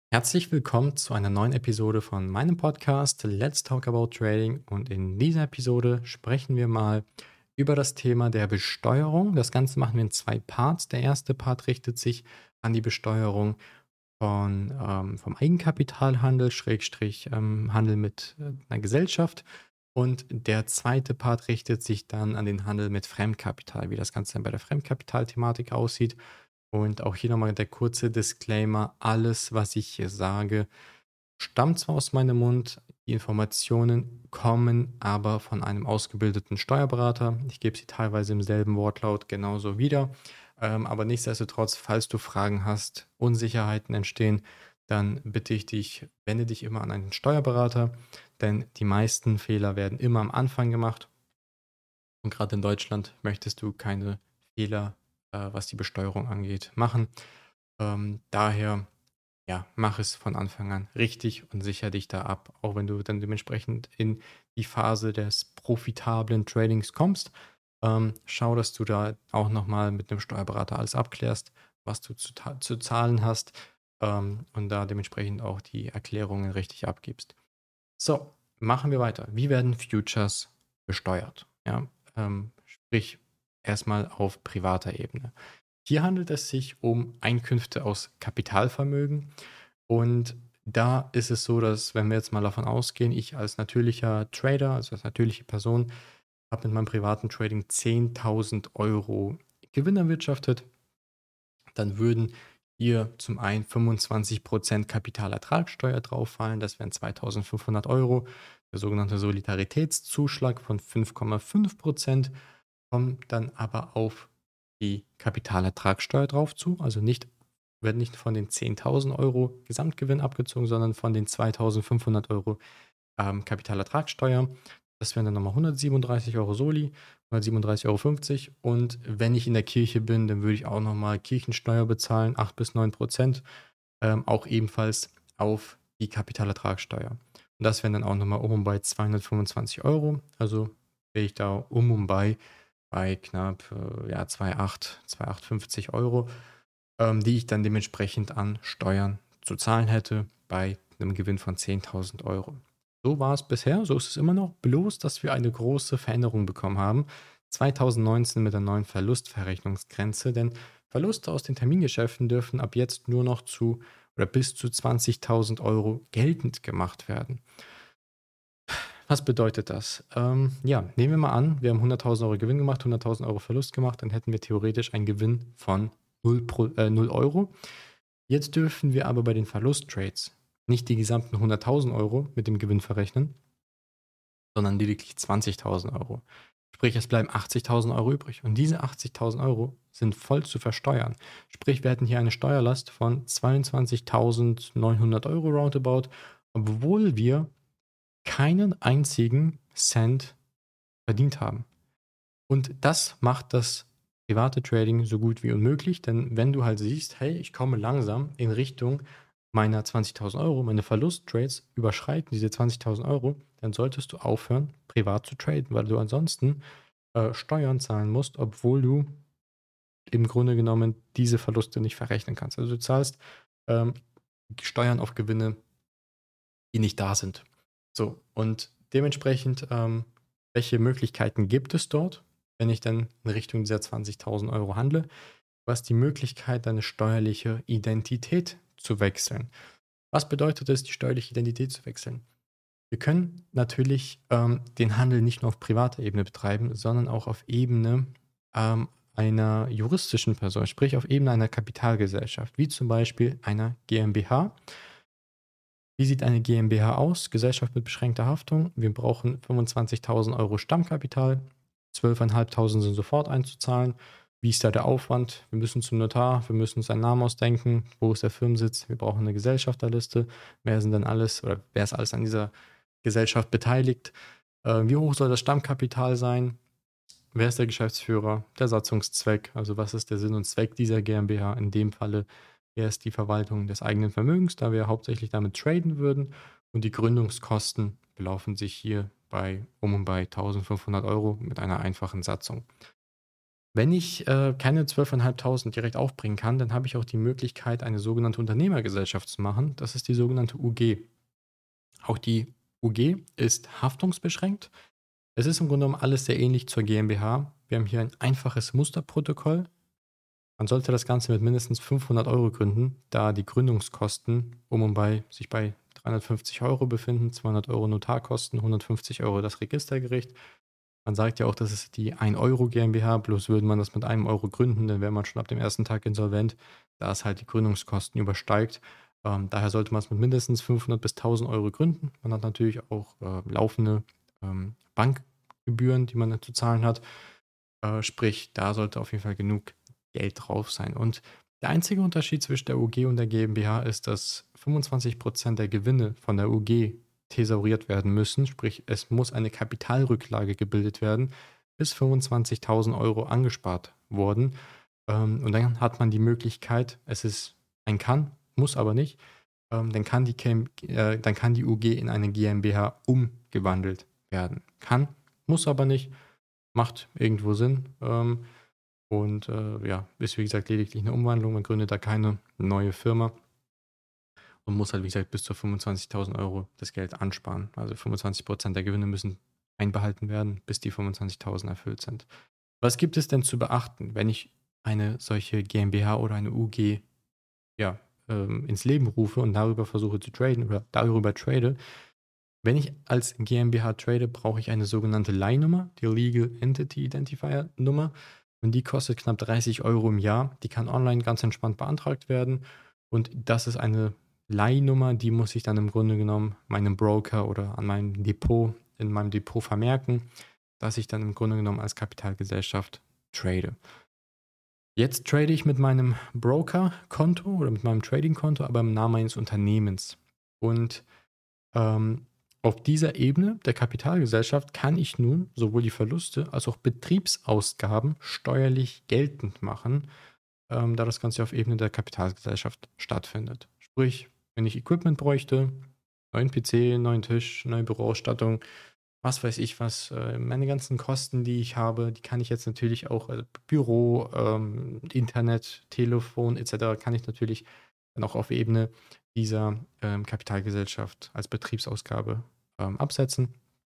Herzlich willkommen zu einer neuen Episode von meinem Podcast Let's Talk About Trading. Und in dieser Episode sprechen wir mal über das Thema der Besteuerung. Das Ganze machen wir in zwei Parts. Der erste Part richtet sich an die Besteuerung vom Eigenkapitalhandel, Schrägstrich Handel mit einer Gesellschaft. Und der zweite Part richtet sich dann an den Handel mit Fremdkapital, wie das Ganze dann bei der Fremdkapitalthematik aussieht. Und auch hier nochmal der kurze Disclaimer: Alles, was ich hier sage, stammt zwar aus meinem Mund, die Informationen kommen aber von einem ausgebildeten Steuerberater. Ich gebe sie teilweise im selben Wortlaut genauso wieder. Aber nichtsdestotrotz, falls du Fragen hast, Unsicherheiten entstehen, dann bitte ich dich, wende dich immer an einen Steuerberater, denn die meisten Fehler werden immer am Anfang gemacht. Und gerade in Deutschland möchtest du keine Fehler, was die Besteuerung angeht, machen. Daher, ja, mach es von Anfang an richtig und sicher dich da ab, auch wenn du dann dementsprechend in die Phase des profitablen Tradings kommst. Schau, dass du da auch nochmal mit einem Steuerberater alles abklärst, was du zu zahlen hast, und da dementsprechend auch die Erklärungen richtig abgibst. So, machen wir weiter. Wie werden Futures besteuert? Ja, sprich erstmal auf privater Ebene. Hier handelt es sich um Einkünfte aus Kapitalvermögen, und da ist es so, dass, wenn wir jetzt mal davon ausgehen, ich als natürlicher Trader, also als natürliche Person, habe mit meinem privaten Trading 10.000 Euro Gewinn erwirtschaftet, dann würden hier zum einen 25% Kapitalertragssteuer drauffallen, das wären 2.500 Euro. Der sogenannte Solidaritätszuschlag von 5,5% kommt dann aber auf die Kapitalertragssteuer drauf zu. Also wird nicht von den 10.000 Euro Gesamtgewinn abgezogen, sondern von den 2.500 Euro Kapitalertragssteuer. Das wären dann nochmal 137 Euro Soli, 137,50 Euro. Und wenn ich in der Kirche bin, dann würde ich auch nochmal Kirchensteuer bezahlen, 8 bis 9%, auch ebenfalls auf die Kapitalertragssteuer. Und das wären dann auch nochmal um und bei 225 Euro. Also wäre ich da um und bei knapp 2,850 Euro, die ich dann dementsprechend an Steuern zu zahlen hätte bei einem Gewinn von 10.000 Euro. So war es bisher, so ist es immer noch, bloß dass wir eine große Veränderung bekommen haben. 2019 mit der neuen Verlustverrechnungsgrenze, denn Verluste aus den Termingeschäften dürfen ab jetzt nur noch zu oder bis zu 20.000 Euro geltend gemacht werden. Was bedeutet das? Ja, nehmen wir mal an, wir haben 100.000 Euro Gewinn gemacht, 100.000 Euro Verlust gemacht, dann hätten wir theoretisch einen Gewinn von 0 Euro. Jetzt dürfen wir aber bei den Verlusttrades nicht die gesamten 100.000 Euro mit dem Gewinn verrechnen, sondern lediglich 20.000 Euro. Sprich, es bleiben 80.000 Euro übrig. Und diese 80.000 Euro sind voll zu versteuern. Sprich, wir hätten hier eine Steuerlast von 22.900 Euro roundabout, obwohl wir keinen einzigen Cent verdient haben. Und das macht das private Trading so gut wie unmöglich, denn wenn du halt siehst, hey, ich komme langsam in Richtung meiner 20.000 Euro, meine Verlusttrades überschreiten diese 20.000 Euro, dann solltest du aufhören, privat zu traden, weil du ansonsten Steuern zahlen musst, obwohl du im Grunde genommen diese Verluste nicht verrechnen kannst. Also du zahlst ähm, Steuern auf Gewinne, die nicht da sind. So, und dementsprechend, welche Möglichkeiten gibt es dort, wenn ich dann in Richtung dieser 20.000 Euro handle? Du hast die Möglichkeit, deine steuerliche Identität zu wechseln. Was bedeutet es, die steuerliche Identität zu wechseln? Wir können natürlich den Handel nicht nur auf privater Ebene betreiben, sondern auch auf Ebene einer juristischen Person, sprich auf Ebene einer Kapitalgesellschaft, wie zum Beispiel einer GmbH. Wie sieht eine GmbH aus? Gesellschaft mit beschränkter Haftung. Wir brauchen 25.000 Euro Stammkapital. 12.500 sind sofort einzuzahlen. Wie ist da der Aufwand? Wir müssen zum Notar, wir müssen uns einen Namen ausdenken. Wo ist der Firmensitz? Wir brauchen eine Gesellschafterliste. Wer sind dann alles oder wer ist alles an dieser Gesellschaft beteiligt? Wie hoch soll das Stammkapital sein? Wer ist der Geschäftsführer? Der Satzungszweck, also was ist der Sinn und Zweck dieser GmbH? In dem Falle wäre es die Verwaltung des eigenen Vermögens, da wir hauptsächlich damit traden würden. Und die Gründungskosten belaufen sich hier bei um und bei 1.500 Euro mit einer einfachen Satzung. Wenn ich keine 12.500 direkt aufbringen kann, dann habe ich auch die Möglichkeit, eine sogenannte Unternehmergesellschaft zu machen. Das ist die sogenannte UG. Auch die UG ist haftungsbeschränkt. Es ist im Grunde genommen alles sehr ähnlich zur GmbH. Wir haben hier ein einfaches Musterprotokoll. Man sollte das Ganze mit mindestens 500 € gründen, da die Gründungskosten sich bei 350 € befinden, 200 € Notarkosten, 150 € das Registergericht. Man sagt ja auch, das ist die 1 € GmbH, bloß würde man das mit 1 € gründen, dann wäre man schon ab dem ersten Tag insolvent, da es halt die Gründungskosten übersteigt. Daher sollte man es mit mindestens 500 bis 1.000 € gründen. Man hat natürlich auch laufende Bankgebühren, die man zu zahlen hat. Sprich, da sollte auf jeden Fall genug Geld drauf sein. Und der einzige Unterschied zwischen der UG und der GmbH ist, dass 25% der Gewinne von der UG thesauriert werden müssen. Sprich, es muss eine Kapitalrücklage gebildet werden, bis 25.000 € angespart wurden. Und dann hat man die Möglichkeit, es ist ein Kann, muss aber nicht, dann kann die UG in eine GmbH umgewandelt werden. Kann, muss aber nicht, macht irgendwo Sinn. Ja, ist wie gesagt lediglich eine Umwandlung. Man gründet da keine neue Firma und muss halt, wie gesagt, bis zu 25.000 € das Geld ansparen. Also 25% der Gewinne müssen einbehalten werden, bis die 25.000 erfüllt sind. Was gibt es denn zu beachten, wenn ich eine solche GmbH oder eine UG ja, ins Leben rufe und darüber versuche zu traden oder darüber trade? Wenn ich als GmbH trade, brauche ich eine sogenannte Leihnummer, die Legal Entity Identifier Nummer. Und die kostet knapp 30 € im Jahr. Die kann online ganz entspannt beantragt werden. Und das ist eine Leihnummer, die muss ich dann im Grunde genommen meinem Broker oder in meinem Depot vermerken, dass ich dann im Grunde genommen als Kapitalgesellschaft trade. Jetzt trade ich mit meinem Broker-Konto oder mit meinem Trading-Konto, aber im Namen meines Unternehmens. Und auf dieser Ebene der Kapitalgesellschaft kann ich nun sowohl die Verluste als auch Betriebsausgaben steuerlich geltend machen, da das Ganze auf Ebene der Kapitalgesellschaft stattfindet. Sprich, wenn ich Equipment bräuchte, neuen PC, neuen Tisch, neue Büroausstattung, was weiß ich was, meine ganzen Kosten, die ich habe, die kann ich jetzt natürlich auch, Büro, Internet, Telefon etc., kann ich natürlich dann auch auf Ebene dieser Kapitalgesellschaft als Betriebsausgabe absetzen.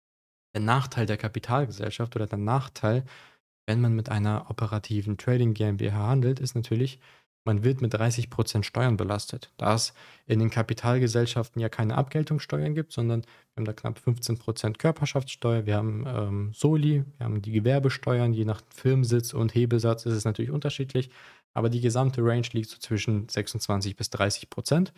Der Nachteil der Kapitalgesellschaft oder der Nachteil, wenn man mit einer operativen Trading GmbH handelt, ist natürlich, man wird mit 30% Steuern belastet. Da es in den Kapitalgesellschaften ja keine Abgeltungssteuern gibt, sondern wir haben da knapp 15% Körperschaftssteuer, wir haben Soli, wir haben die Gewerbesteuern, je nach Firmensitz und Hebesatz ist es natürlich unterschiedlich, aber die gesamte Range liegt so zwischen 26 bis 30%.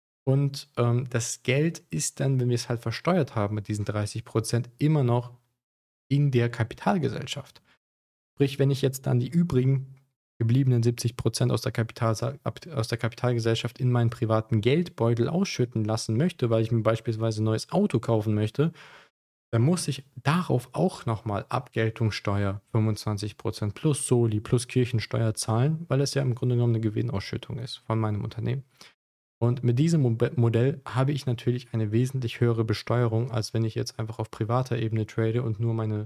Und das Geld ist dann, wenn wir es halt versteuert haben mit diesen 30%, immer noch in der Kapitalgesellschaft. Sprich, wenn ich jetzt dann die übrigen gebliebenen 70% aus der Kapitalgesellschaft in meinen privaten Geldbeutel ausschütten lassen möchte, weil ich mir beispielsweise ein neues Auto kaufen möchte, dann muss ich darauf auch nochmal Abgeltungssteuer 25% plus Soli plus Kirchensteuer zahlen, weil es ja im Grunde genommen eine Gewinnausschüttung ist von meinem Unternehmen. Und mit diesem Modell habe ich natürlich eine wesentlich höhere Besteuerung, als wenn ich jetzt einfach auf privater Ebene trade und nur meine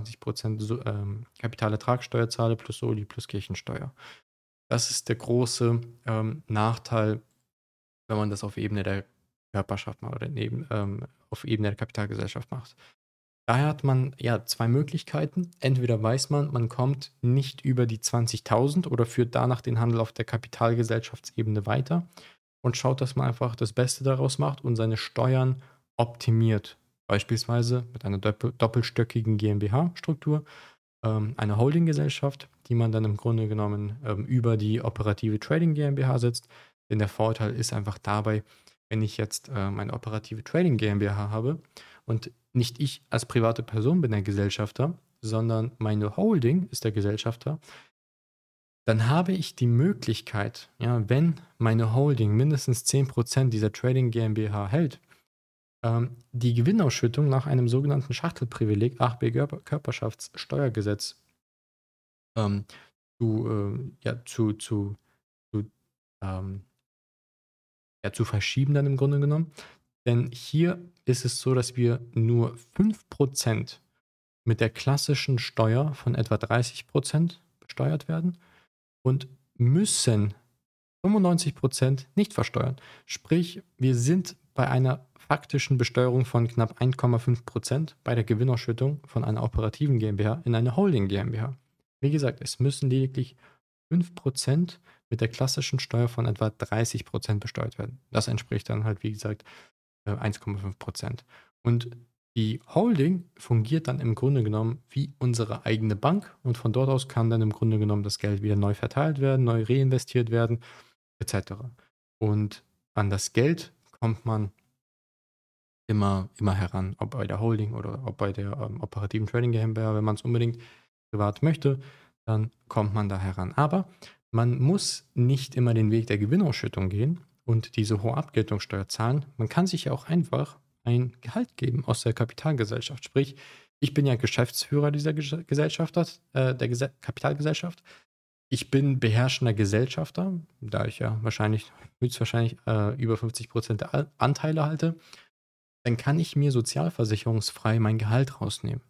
25% Kapitalertragssteuer zahle plus Soli plus Kirchensteuer. Das ist der große Nachteil, wenn man das auf Ebene der Körperschaft macht oder auf Ebene der Kapitalgesellschaft macht. Daher hat man ja zwei Möglichkeiten. Entweder weiß man, man kommt nicht über die 20.000 oder führt danach den Handel auf der Kapitalgesellschaftsebene weiter und schaut, dass man einfach das Beste daraus macht und seine Steuern optimiert. Beispielsweise mit einer doppelstöckigen GmbH-Struktur, eine Holdinggesellschaft, die man dann im Grunde genommen über die operative Trading GmbH setzt. Denn der Vorteil ist einfach dabei, wenn ich jetzt eine operative Trading GmbH habe und nicht ich als private Person bin der Gesellschafter, sondern meine Holding ist der Gesellschafter, dann habe ich die Möglichkeit, ja, wenn meine Holding mindestens 10% dieser Trading GmbH hält, die Gewinnausschüttung nach einem sogenannten Schachtelprivileg 8b Körperschaftssteuergesetz ähm, zu, ähm, zu verschieben dann im Grunde genommen. Denn hier ist es so, dass wir nur 5% mit der klassischen Steuer von etwa 30% versteuert werden und müssen 95% nicht versteuern. Sprich, wir sind bei einer faktischen Besteuerung von knapp 1,5% bei der Gewinnausschüttung von einer operativen GmbH in eine Holding GmbH. Wie gesagt, es müssen lediglich 5% mit der klassischen Steuer von etwa 30% besteuert werden. Das entspricht dann halt, wie gesagt, 1,5%. Und die Holding fungiert dann im Grunde genommen wie unsere eigene Bank und von dort aus kann dann im Grunde genommen das Geld wieder neu verteilt werden, neu reinvestiert werden, etc. Und an das Geld kommt man immer heran, ob bei der Holding oder ob bei der operativen Trading GmbH. Wenn man es unbedingt privat möchte, dann kommt man da heran. Aber man muss nicht immer den Weg der Gewinnausschüttung gehen und diese hohe Abgeltungssteuer zahlen. Man kann sich ja auch einfach ein Gehalt geben aus der Kapitalgesellschaft. Sprich, ich bin ja Geschäftsführer dieser Gesellschaft, Kapitalgesellschaft. Ich bin beherrschender Gesellschafter, da ich ja höchstwahrscheinlich über 50% der Anteile halte. Dann kann ich mir sozialversicherungsfrei mein Gehalt rausnehmen.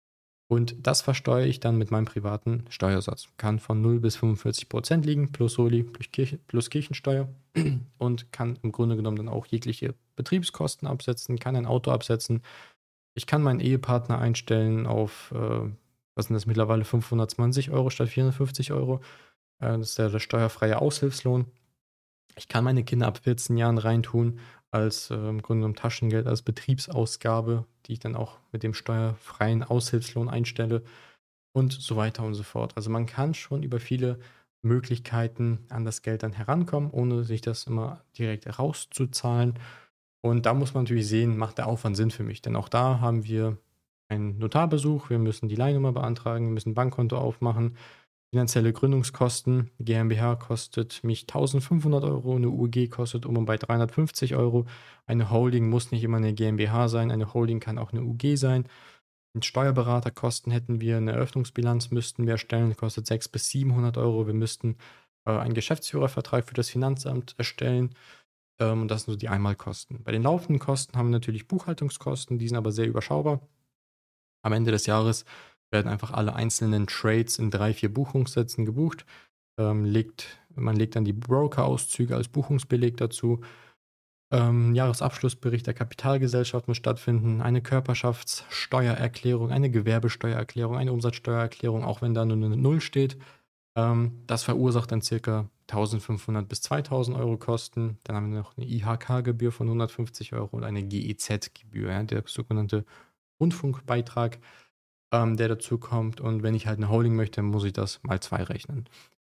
Und das versteuere ich dann mit meinem privaten Steuersatz. Kann von 0 bis 45% liegen, plus Soli, plus Kirchensteuer. Und kann im Grunde genommen dann auch jegliche Betriebskosten absetzen, kann ein Auto absetzen. Ich kann meinen Ehepartner einstellen auf, was sind das mittlerweile, 520 Euro statt 450 Euro. Das ist der steuerfreie Aushilfslohn. Ich kann meine Kinder ab 14 Jahren reintun als im Grunde genommen Taschengeld, als Betriebsausgabe, die ich dann auch mit dem steuerfreien Aushilfslohn einstelle und so weiter und so fort. Also man kann schon über viele Möglichkeiten an das Geld dann herankommen, ohne sich das immer direkt rauszuzahlen. Und da muss man natürlich sehen, macht der Aufwand Sinn für mich? Denn auch da haben wir einen Notarbesuch, wir müssen die Leihnummer beantragen, wir müssen ein Bankkonto aufmachen, finanzielle Gründungskosten. Die GmbH kostet mich 1.500 Euro, eine UG kostet um und bei 350 Euro. Eine Holding muss nicht immer eine GmbH sein, eine Holding kann auch eine UG sein. Und Steuerberaterkosten hätten wir, eine Eröffnungsbilanz müssten wir erstellen, kostet 600 bis 700 Euro. Wir müssten einen Geschäftsführervertrag für das Finanzamt erstellen. Und das sind so die Einmalkosten. Bei den laufenden Kosten haben wir natürlich Buchhaltungskosten, die sind aber sehr überschaubar. Am Ende des Jahres werden einfach alle einzelnen Trades in 3, 4 Buchungssätzen gebucht. Man legt dann die Broker-Auszüge als Buchungsbeleg dazu. Jahresabschlussbericht der Kapitalgesellschaft muss stattfinden, eine Körperschaftssteuererklärung, eine Gewerbesteuererklärung, eine Umsatzsteuererklärung, auch wenn da nur eine Null steht. Das verursacht dann ca. 1.500 bis 2.000 Euro Kosten. Dann haben wir noch eine IHK-Gebühr von 150 Euro und eine GEZ-Gebühr, ja, der sogenannte Rundfunkbeitrag, der dazu kommt. Und wenn ich halt eine Holding möchte, muss ich das mal 2 rechnen.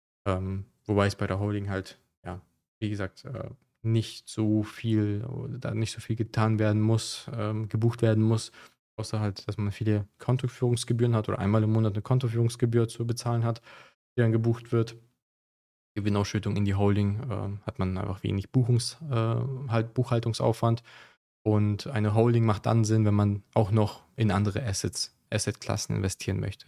Wobei es bei der Holding halt, ja, wie gesagt, nicht so viel getan werden muss, gebucht werden muss, außer halt, dass man viele Kontoführungsgebühren hat oder einmal im Monat eine Kontoführungsgebühr zu bezahlen hat, die dann gebucht wird. Gewinnausschüttung in die Holding hat man einfach wenig Buchhaltungsaufwand. Und eine Holding macht dann Sinn, wenn man auch noch in andere Assetklassen investieren möchte.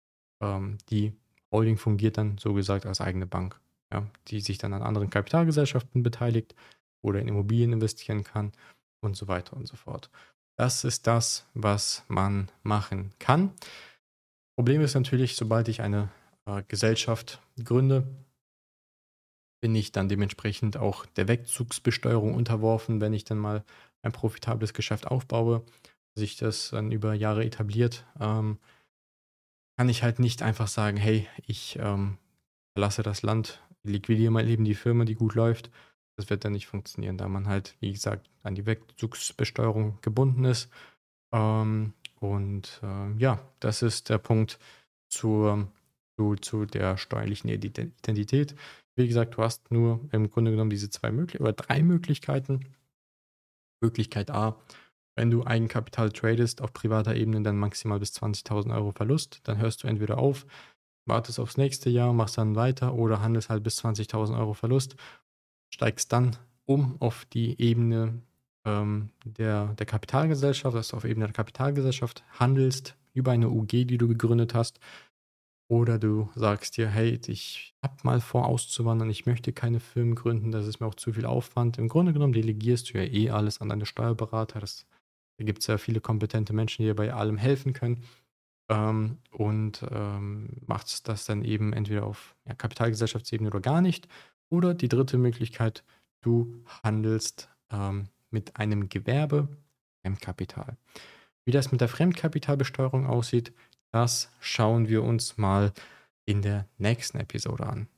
Die Holding fungiert dann so gesagt als eigene Bank, ja, die sich dann an anderen Kapitalgesellschaften beteiligt oder in Immobilien investieren kann und so weiter und so fort. Das ist das, was man machen kann. Problem ist natürlich, sobald ich eine Gesellschaft gründe, bin ich dann dementsprechend auch der Wegzugsbesteuerung unterworfen, wenn ich dann mal ein profitables Geschäft aufbaue, sich das dann über Jahre etabliert, kann ich halt nicht einfach sagen, hey, ich verlasse das Land, liquidiere mal eben die Firma, die gut läuft. Das wird dann nicht funktionieren, da man halt, wie gesagt, an die Wegzugsbesteuerung gebunden ist. Ja, das ist der Punkt zu der steuerlichen Identität. Wie gesagt, du hast nur im Grunde genommen diese 3 Möglichkeiten. Möglichkeit A, wenn du Eigenkapital tradest auf privater Ebene, dann maximal bis 20.000 Euro Verlust. Dann hörst du entweder auf, wartest aufs nächste Jahr, machst dann weiter oder handelst halt bis 20.000 Euro Verlust, steigst dann um auf die Ebene der Kapitalgesellschaft, dass du auf Ebene der Kapitalgesellschaft handelst über eine UG, die du gegründet hast. Oder du sagst dir, hey, ich habe mal vor auszuwandern, ich möchte keine Firmen gründen, das ist mir auch zu viel Aufwand. Im Grunde genommen delegierst du ja eh alles an deine Steuerberater. Da gibt es ja viele kompetente Menschen, die dir bei allem helfen können. machst das dann eben entweder auf Kapitalgesellschaftsebene oder gar nicht. Oder die dritte Möglichkeit, du handelst mit einem Gewerbe, Fremdkapital. Wie das mit der Fremdkapitalbesteuerung aussieht, das schauen wir uns mal in der nächsten Episode an.